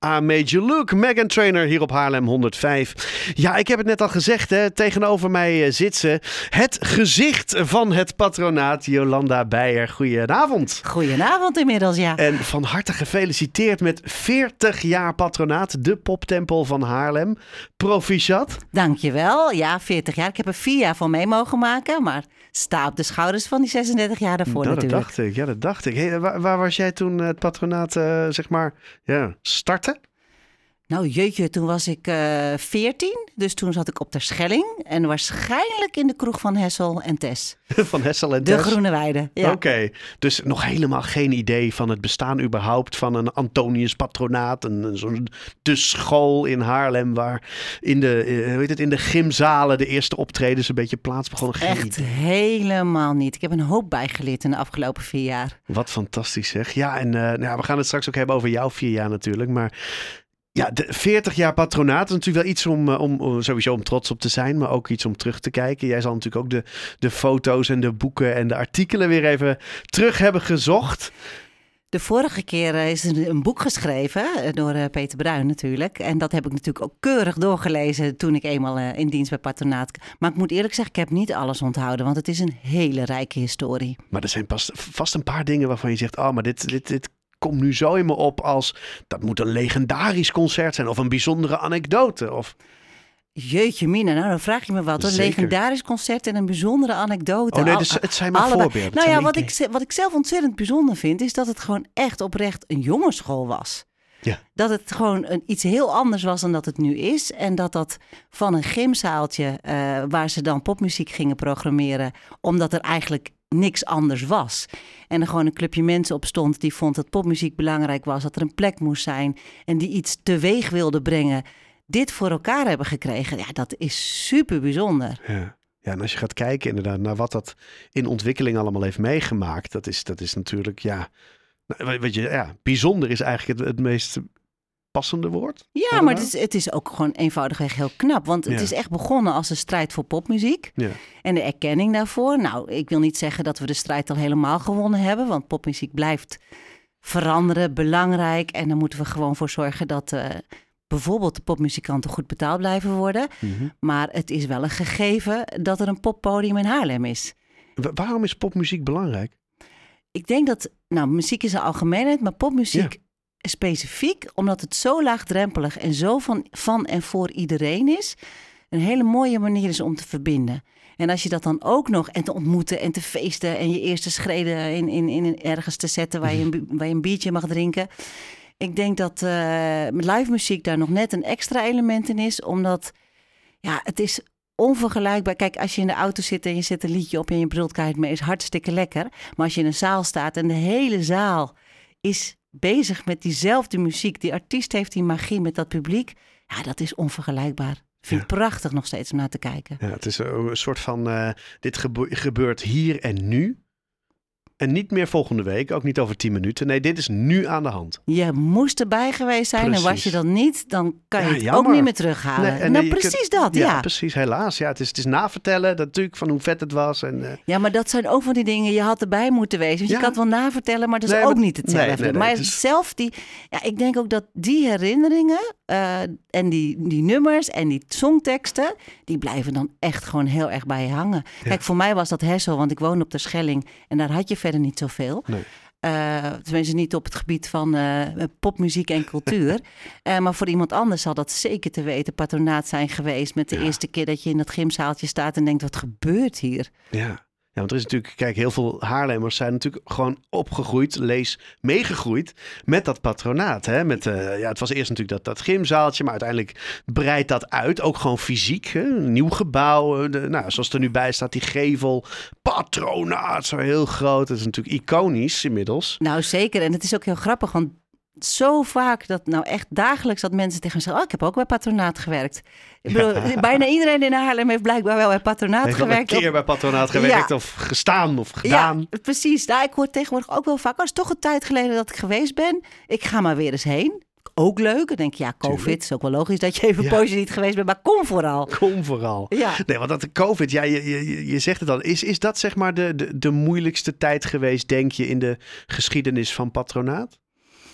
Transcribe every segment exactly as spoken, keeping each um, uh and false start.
I Made You Look. Meghan Trainor hier op Haarlem honderdvijf. Ja, ik heb het net al gezegd, hè. Tegenover mij zit ze. Het gezicht van het patronaat, Jolanda Beijer. Goedenavond. Goedenavond inmiddels, ja. En van harte gefeliciteerd met veertig jaar patronaat. De poptempel van Haarlem. Proficiat. Dankjewel. Ja, veertig jaar. Ik heb er vier jaar van mee mogen maken, maar sta op de schouders van die zesendertig jaar daarvoor nou, natuurlijk. Dat dacht ik, ja, dat dacht ik. Hey, waar, waar was jij toen het patronaat, uh, zeg maar, ja, starten? Nou jeetje, toen was ik uh, veertien, dus toen zat ik op ter Schelling en waarschijnlijk in de kroeg van Hessel en Tess. Van Hessel en Tess? De Groene Weide, ja. Oké, okay. Dus nog helemaal geen idee van het bestaan überhaupt van een Antonius patronaat, een, zo'n de school in Haarlem waar in de, uh, weet het, in de gymzalen de eerste optredens een beetje plaats begonnen. Geen Echt idee. Helemaal niet. Ik heb een hoop bijgeleerd in de afgelopen vier jaar. Wat fantastisch zeg. Ja, en uh, nou ja, we gaan het straks ook hebben over jouw vier jaar natuurlijk, maar... Ja, de veertig jaar patronaat is natuurlijk wel iets om, om sowieso om trots op te zijn, maar ook iets om terug te kijken. Jij zal natuurlijk ook de, de foto's en de boeken en de artikelen weer even terug hebben gezocht. De vorige keer is er een boek geschreven door Peter Bruin natuurlijk. En dat heb ik natuurlijk ook keurig doorgelezen toen ik eenmaal in dienst bij patronaat. Maar ik moet eerlijk zeggen, ik heb niet alles onthouden, want het is een hele rijke historie. Maar er zijn pas, vast een paar dingen waarvan je zegt, oh, maar dit, dit, dit komt nu zo in me op als dat moet een legendarisch concert zijn of een bijzondere anekdote. Of... Jeetje mina, nou dan vraag je me wat. Een legendarisch concert en een bijzondere anekdote. Oh nee, dus het zijn maar Allebei. voorbeelden. Nou ja, wat ik, wat ik zelf ontzettend bijzonder vind, is dat het gewoon echt oprecht een jongensschool was. Ja. Dat het gewoon een, iets heel anders was dan dat het nu is. En dat dat van een gymzaaltje uh, waar ze dan popmuziek gingen programmeren, omdat er eigenlijk niks anders was. En er gewoon een clubje mensen op stond die vond dat popmuziek belangrijk was, dat er een plek moest zijn en die iets teweeg wilde brengen. Dit voor elkaar hebben gekregen, ja, dat is super bijzonder. Ja. Ja, en als je gaat kijken inderdaad naar wat dat in ontwikkeling allemaal heeft meegemaakt, dat is, dat is natuurlijk, ja, weet je, ja, bijzonder is eigenlijk het, het meest passende woord. Ja, maar het is, het is ook gewoon eenvoudigweg heel knap. Want het ja. is echt begonnen als een strijd voor popmuziek. Ja. En de erkenning daarvoor. Nou, ik wil niet zeggen dat we de strijd al helemaal gewonnen hebben. Want popmuziek blijft veranderen, belangrijk. En daar moeten we gewoon voor zorgen dat uh, bijvoorbeeld de popmuzikanten goed betaald blijven worden. Mm-hmm. Maar het is wel een gegeven dat er een poppodium in Haarlem is. Wa- waarom is popmuziek belangrijk? Ik denk dat, nou, muziek is een algemeenheid, maar popmuziek... Ja. Specifiek, omdat het zo laagdrempelig en zo van, van en voor iedereen is, een hele mooie manier is om te verbinden. En als je dat dan ook nog en te ontmoeten en te feesten en je eerste schreden in, in, in ergens te zetten waar je, een, waar je een biertje mag drinken. Ik denk dat uh, met live muziek daar nog net een extra element in is, omdat ja, het is onvergelijkbaar. Kijk, als je in de auto zit en je zet een liedje op en je brult keihard mee, is hartstikke lekker. Maar als je in een zaal staat en de hele zaal is bezig met diezelfde muziek. Die artiest heeft die magie met dat publiek. Ja, dat is onvergelijkbaar. Ik vind het ja. prachtig nog steeds om naar te kijken. Ja, het is een soort van, uh, dit gebe- gebeurt hier en nu. En niet meer volgende week, ook niet over tien minuten. Nee, dit is nu aan de hand. Je moest erbij geweest zijn. Precies. En was je dat niet, dan kan je ja, het jammer. ook niet meer terughalen. Nee, nou, precies kunt, dat, ja. Ja, precies, helaas. Ja, het, is, het is navertellen dat, natuurlijk van hoe vet het was. En, uh... Ja, maar dat zijn ook van die dingen, je had erbij moeten wezen. Want ja. je kan het wel navertellen, maar dat is nee, ook maar, niet hetzelfde. Nee, nee, nee, maar het is... zelf die, ja, ik denk ook dat die herinneringen uh, en die, die nummers en die songteksten, die blijven dan echt gewoon heel erg bij je hangen. Ja. Kijk, voor mij was dat Hessel, want ik woonde op de Schelling en daar had je verder niet zoveel. Nee. Uh, tenminste niet op het gebied van uh, popmuziek en cultuur. uh, maar voor iemand anders zal dat zeker te weten patronaat zijn geweest met de ja. eerste keer dat je in dat gymzaaltje staat en denkt, wat gebeurt hier? Ja. Ja, want er is natuurlijk, kijk, heel veel Haarlemmers zijn natuurlijk gewoon opgegroeid, lees, meegegroeid met dat patronaat. Hè? Met, uh, ja, het was eerst natuurlijk dat, dat gymzaaltje, maar uiteindelijk breidt dat uit. Ook gewoon fysiek, hè? Een nieuw gebouw, de, nou, zoals er nu bij staat, die gevel, patronaat, zo heel groot. Dat is natuurlijk iconisch inmiddels. Nou, zeker. En het is ook heel grappig, want zo vaak dat nou echt dagelijks dat mensen tegen me zeggen, oh, ik heb ook bij patronaat gewerkt. Ik bedoel, ja. Bijna iedereen in Haarlem heeft blijkbaar wel bij patronaat heeft gewerkt. Heeft een keer of... bij patronaat gewerkt ja. of gestaan of gedaan. Ja, precies. Nou, ik hoor tegenwoordig ook wel vaak, oh, het is toch een tijd geleden dat ik geweest ben. Ik ga maar weer eens heen. Ook leuk. Dan denk je, ja, COVID Tuurlijk. Is ook wel logisch dat je even een ja. poosje niet geweest bent. Maar kom vooral. Kom vooral. Ja. Nee, want dat de COVID, ja, je, je, je zegt het al. Is, is dat zeg maar de, de, de moeilijkste tijd geweest, denk je, in de geschiedenis van patronaat?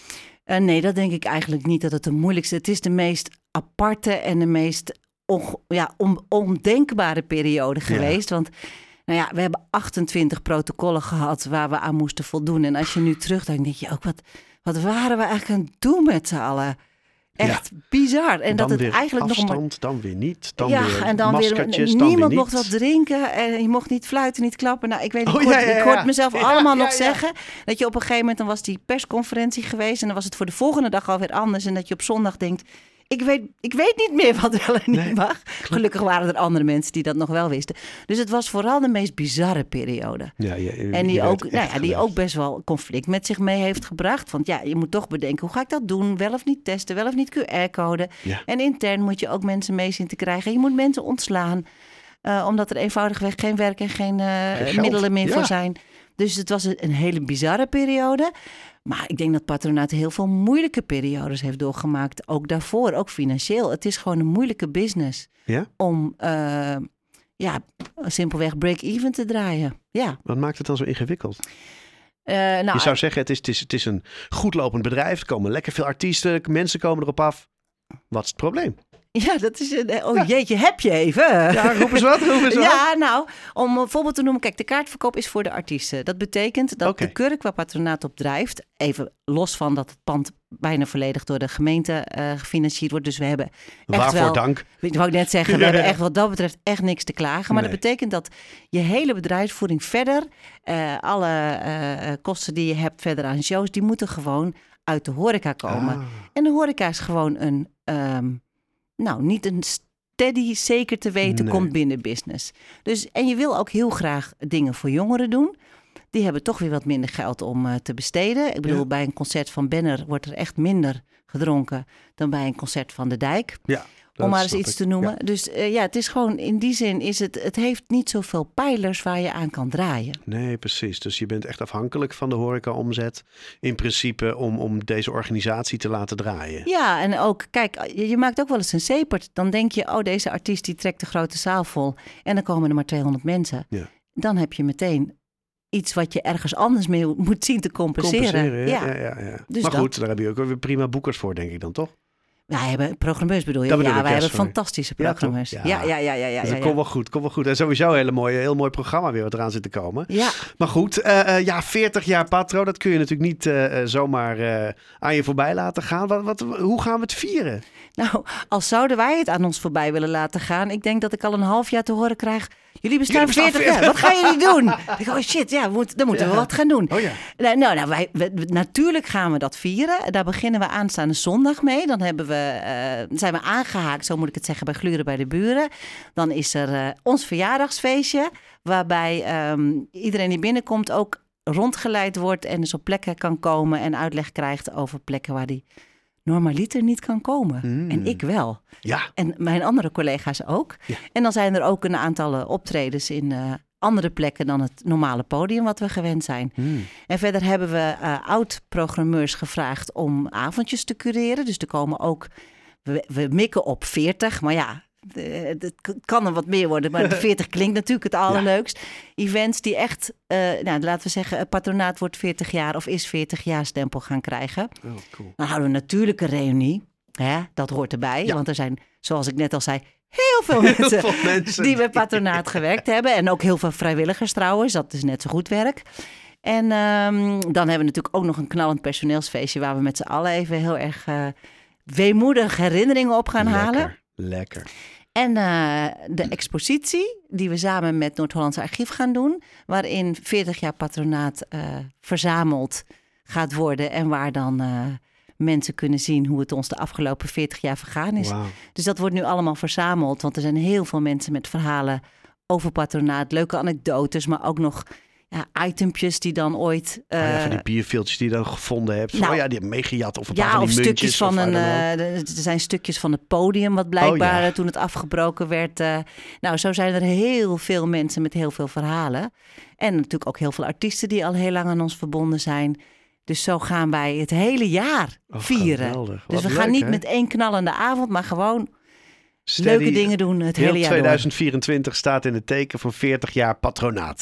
Uh, nee, dat denk ik eigenlijk niet dat het de moeilijkste... Het is de meest aparte en de meest on, ja, on, ondenkbare periode geweest. Ja. Want nou ja, we hebben achtentwintig protocollen gehad waar we aan moesten voldoen. En als je nu terugdenkt, denk je ook, wat, wat waren we eigenlijk aan het doen met z'n allen? Echt ja. bizar. En dan dat het weer eigenlijk afstand, nog maar... dan weer niet. Dan ja, weer en dan maskertjes, weer, dan niemand weer mocht wat drinken. En je mocht niet fluiten, niet klappen. Nou, ik weet niet, oh, ik, ja, hoort, ja, ja. ik hoorde mezelf ja, allemaal ja, nog ja. zeggen. Dat je op een gegeven moment, dan was die persconferentie geweest. En dan was het voor de volgende dag alweer anders. En dat je op zondag denkt, ik weet, ik weet niet meer wat wel en niet nee. mag. Gelukkig waren er andere mensen die dat nog wel wisten. Dus het was vooral de meest bizarre periode. Ja, je, je, en die, ook, nou ja, die ook best wel conflict met zich mee heeft gebracht. Want ja, je moet toch bedenken, hoe ga ik dat doen? Wel of niet testen, wel of niet Q R-code. Ja. En intern moet je ook mensen mee zien te krijgen. Je moet mensen ontslaan. Uh, omdat er eenvoudigweg geen werk en geen, uh, geen middelen meer ja. voor zijn. Dus het was een, een hele bizarre periode. Maar ik denk dat Patronaat heel veel moeilijke periodes heeft doorgemaakt. Ook daarvoor, ook financieel. Het is gewoon een moeilijke business. Ja? Om uh, ja, simpelweg break-even te draaien. Ja. Wat maakt het dan zo ingewikkeld? Uh, nou, Je zou zeggen, het is, het, is, het is een goed lopend bedrijf. Er komen lekker veel artiesten. Mensen komen erop af. Wat is het probleem? Ja, dat is een... Oh ja. jeetje, heb je even. Ja, roep eens wat, roep eens wat. Ja, nou, om een voorbeeld te noemen. Kijk, de kaartverkoop is voor de artiesten. Dat betekent dat okay. de kurk waar Patronaat op drijft... even los van dat het pand bijna volledig door de gemeente uh, gefinancierd wordt. Dus we hebben echt Waarvoor wel... dank. Ik wou net zeggen, we ja, hebben echt wat dat betreft echt niks te klagen. Maar nee. dat betekent dat je hele bedrijfsvoering verder... Uh, alle uh, kosten die je hebt verder aan shows... die moeten gewoon uit de horeca komen. Ah. En de horeca is gewoon een... Um, Nou, niet een steady, zeker te weten, nee. komt binnen business. Dus, en je wil ook heel graag dingen voor jongeren doen. Die hebben toch weer wat minder geld om uh, te besteden. Ik bedoel, ja. bij een concert van Benner wordt er echt minder gedronken dan bij een concert van de Dijk. Ja. Om maar eens iets ik. te noemen. Ja. Dus uh, ja, het is gewoon in die zin, is het, het heeft niet zoveel pijlers waar je aan kan draaien. Nee, precies. Dus je bent echt afhankelijk van de horeca-omzet in principe om, om deze organisatie te laten draaien. Ja, en ook, kijk, je, je maakt ook wel eens een zeepert. Dan denk je, oh, deze artiest die trekt de grote zaal vol. En dan komen er maar tweehonderd mensen. Ja. Dan heb je meteen iets wat je ergens anders mee moet zien te compenseren. Compenseren, ja. ja, ja, ja. Dus maar goed, dat... daar heb je ook weer prima boekers voor, denk ik dan, toch? Wij hebben programmeurs, bedoel je? Dat bedoel ja, ik, wij yes, hebben sorry. fantastische programmeurs. Ja, ja, ja, ja, ja, ja, dus dat ja. komt wel goed, komt wel goed. En sowieso een hele mooie, heel mooi programma weer wat eraan zit te komen. Ja. Maar goed, uh, uh, ja, veertig jaar Patro, dat kun je natuurlijk niet uh, zomaar uh, aan je voorbij laten gaan. Wat, wat, hoe gaan we het vieren? Nou, als zouden wij het aan ons voorbij willen laten gaan. Ik denk dat ik al een half jaar te horen krijg. Jullie bestaan, jullie bestaan veertig jaar. Wat gaan jullie doen? Ik denk, oh shit, ja, we moet, dan moeten ja. we wat gaan doen. Oh ja. Nou, nou wij, we, natuurlijk gaan we dat vieren. Daar beginnen we aanstaande zondag mee. Dan hebben we, uh, zijn we aangehaakt, zo moet ik het zeggen, bij Gluren bij de Buren. Dan is er uh, ons verjaardagsfeestje. Waarbij um, iedereen die binnenkomt ook rondgeleid wordt. En dus op plekken kan komen en uitleg krijgt over plekken waar die normaliter niet kan komen. Mm. En ik wel. Ja. En mijn andere collega's ook. Ja. En dan zijn er ook een aantal optredens in uh, andere plekken dan het normale podium wat we gewend zijn. Mm. En verder hebben we uh, oud-programmeurs gevraagd om avondjes te cureren. Dus er komen ook... We, we mikken op veertig, maar ja... Het kan er wat meer worden, maar de veertig klinkt natuurlijk het allerleukst. Ja. Events die echt, uh, nou, laten we zeggen, Patronaat wordt veertig jaar of is veertig jaar stempel gaan krijgen. Oh, cool. Dan houden we natuurlijk een reunie. Hè? Dat hoort erbij, ja. Want er zijn, zoals ik net al zei, heel veel mensen, heel veel mensen die bij Patronaat gewerkt hebben. En ook heel veel vrijwilligers trouwens, dat is net zo goed werk. En um, dan hebben we natuurlijk ook nog een knallend personeelsfeestje waar we met z'n allen even heel erg uh, weemoedig herinneringen op gaan Lekker. halen. Lekker. En uh, de expositie die we samen met Noord-Hollandse Archief gaan doen, waarin veertig jaar Patronaat uh, verzameld gaat worden en waar dan uh, mensen kunnen zien hoe het ons de afgelopen veertig jaar vergaan is. Wow. Dus dat wordt nu allemaal verzameld, want er zijn heel veel mensen met verhalen over Patronaat, leuke anekdotes, maar ook nog ja, itempjes die dan ooit... Uh, oh ja, van die bierveeltjes die je dan gevonden hebt. Nou, oh ja, die hebben meegejat of een ja, paar van die of muntjes. Stukjes van een, uh, er zijn stukjes van het podium wat blijkbaar oh ja. toen het afgebroken werd. Uh, nou, zo zijn er heel veel mensen met heel veel verhalen. En natuurlijk ook heel veel artiesten die al heel lang aan ons verbonden zijn. Dus zo gaan wij het hele jaar oh, vieren. Geweldig. Dus we leuk, gaan niet hè? met één knallende avond, maar gewoon... Steady, leuke dingen doen het hele jaar tweeduizend vierentwintig door. Staat in het teken van veertig jaar Patronaat.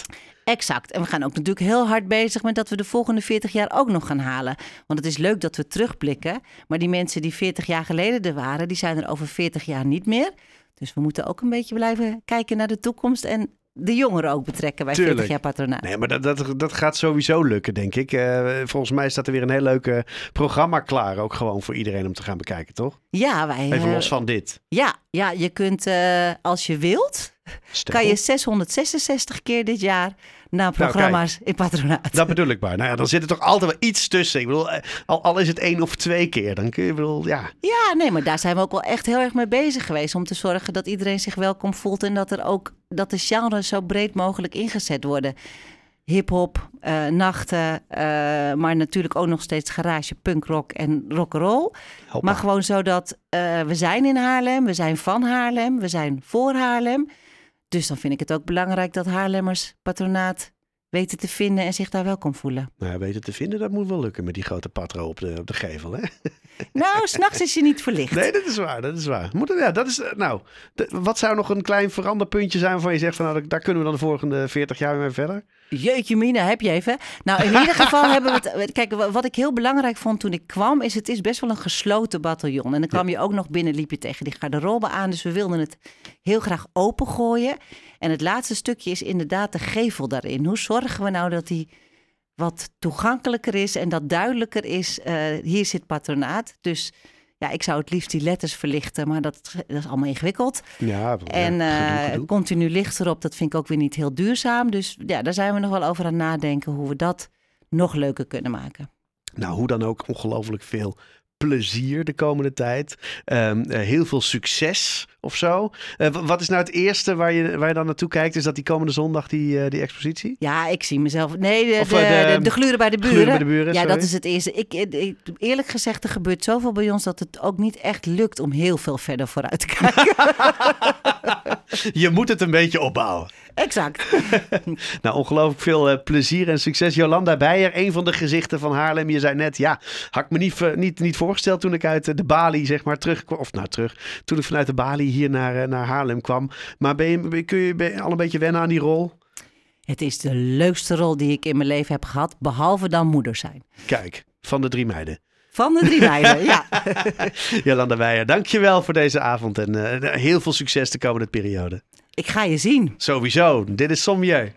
Exact. En we gaan ook natuurlijk heel hard bezig met dat we de volgende veertig jaar ook nog gaan halen. Want het is leuk dat we terugblikken. Maar die mensen die veertig jaar geleden er waren, die zijn er over veertig jaar niet meer. Dus we moeten ook een beetje blijven kijken naar de toekomst en de jongeren ook betrekken bij Tuurlijk. veertig jaar patronaat. Nee, maar dat, dat, dat gaat sowieso lukken, denk ik. Uh, volgens mij staat er weer een heel leuk uh, programma klaar. Ook gewoon voor iedereen om te gaan bekijken, toch? Ja, wij... Even uh, los van dit. Ja, ja je kunt uh, als je wilt, Stel. kan je zeshonderdzesenzestig keer dit jaar naar programma's nou, in patronaat. Dat bedoel ik maar. Nou ja, dan zit er toch altijd wel iets tussen. Ik bedoel, al, al is het één of twee keer, dan kun je, bedoel, ja. Ja, nee, maar daar zijn we ook wel echt heel erg mee bezig geweest. Om te zorgen dat iedereen zich welkom voelt en dat er ook, dat de genres zo breed mogelijk ingezet worden. Hip-hop, uh, nachten, uh, maar natuurlijk ook nog steeds garage, punkrock en rock'n'roll. Hoppa. Maar gewoon zodat uh, we zijn in Haarlem, we zijn van Haarlem, we zijn voor Haarlem. Dus dan vind ik het ook belangrijk dat Haarlemmers patronaat weten te vinden en zich daar welkom voelen. Nou ja, weten te vinden, dat moet wel lukken met die grote patro op de, op de gevel, hè? Nou, s'nachts is je niet verlicht. Nee, dat is waar, dat is waar. Moet, ja, dat is, nou, de, wat zou nog een klein veranderpuntje zijn waarvan je zegt van, nou, daar kunnen we dan de volgende veertig jaar mee verder? Jeetje mina, heb je even. Nou, in ieder geval hebben we het... Kijk, wat ik heel belangrijk vond toen ik kwam, is het is best wel een gesloten bataljon. En dan kwam je ook nog binnen, liep je tegen die garderobe aan. Dus we wilden het heel graag opengooien. En het laatste stukje is inderdaad de gevel daarin. Hoe zorgen we nou dat die wat toegankelijker is en dat duidelijker is? Uh, hier zit patronaat. Dus ja, ik zou het liefst die letters verlichten, maar dat, dat is allemaal ingewikkeld. Ja, en ja, uh, gedoe, gedoe. continu licht erop, dat vind ik ook weer niet heel duurzaam. Dus ja, daar zijn we nog wel over aan het nadenken hoe we dat nog leuker kunnen maken. Nou, hoe dan ook, ongelooflijk veel plezier de komende tijd. Um, uh, heel veel succes of zo. Uh, wat is nou het eerste waar je, waar je dan naartoe kijkt? Is dat die komende zondag die, uh, die expositie? Ja, ik zie mezelf... Nee, de, Of, de, uh, de, de, de gluren bij de buren. Gluren bij de buren, ja, sorry. dat is het eerste. Ik, ik, eerlijk gezegd, er gebeurt zoveel bij ons dat het ook niet echt lukt om heel veel verder vooruit te kijken. Je moet het een beetje opbouwen. Exact. Nou, ongelooflijk veel uh, plezier en succes. Jolanda Beijer, een van de gezichten van Haarlem. Je zei net, ja, had ik me niet, uh, niet, niet voorgesteld toen ik uit uh, de Bali, zeg maar, terugkwam. Of nou, terug. Toen ik vanuit de Bali hier naar, uh, naar Haarlem kwam. Maar ben je, kun je ben je al een beetje wennen aan die rol? Het is de leukste rol die ik in mijn leven heb gehad, behalve dan moeder zijn. Kijk, van de drie meiden. Van de drie meiden, ja. Jolanda Beijer, dankjewel voor deze avond. En uh, heel veel succes de komende periode. Ik ga je zien. Sowieso. Dit is Sommieu.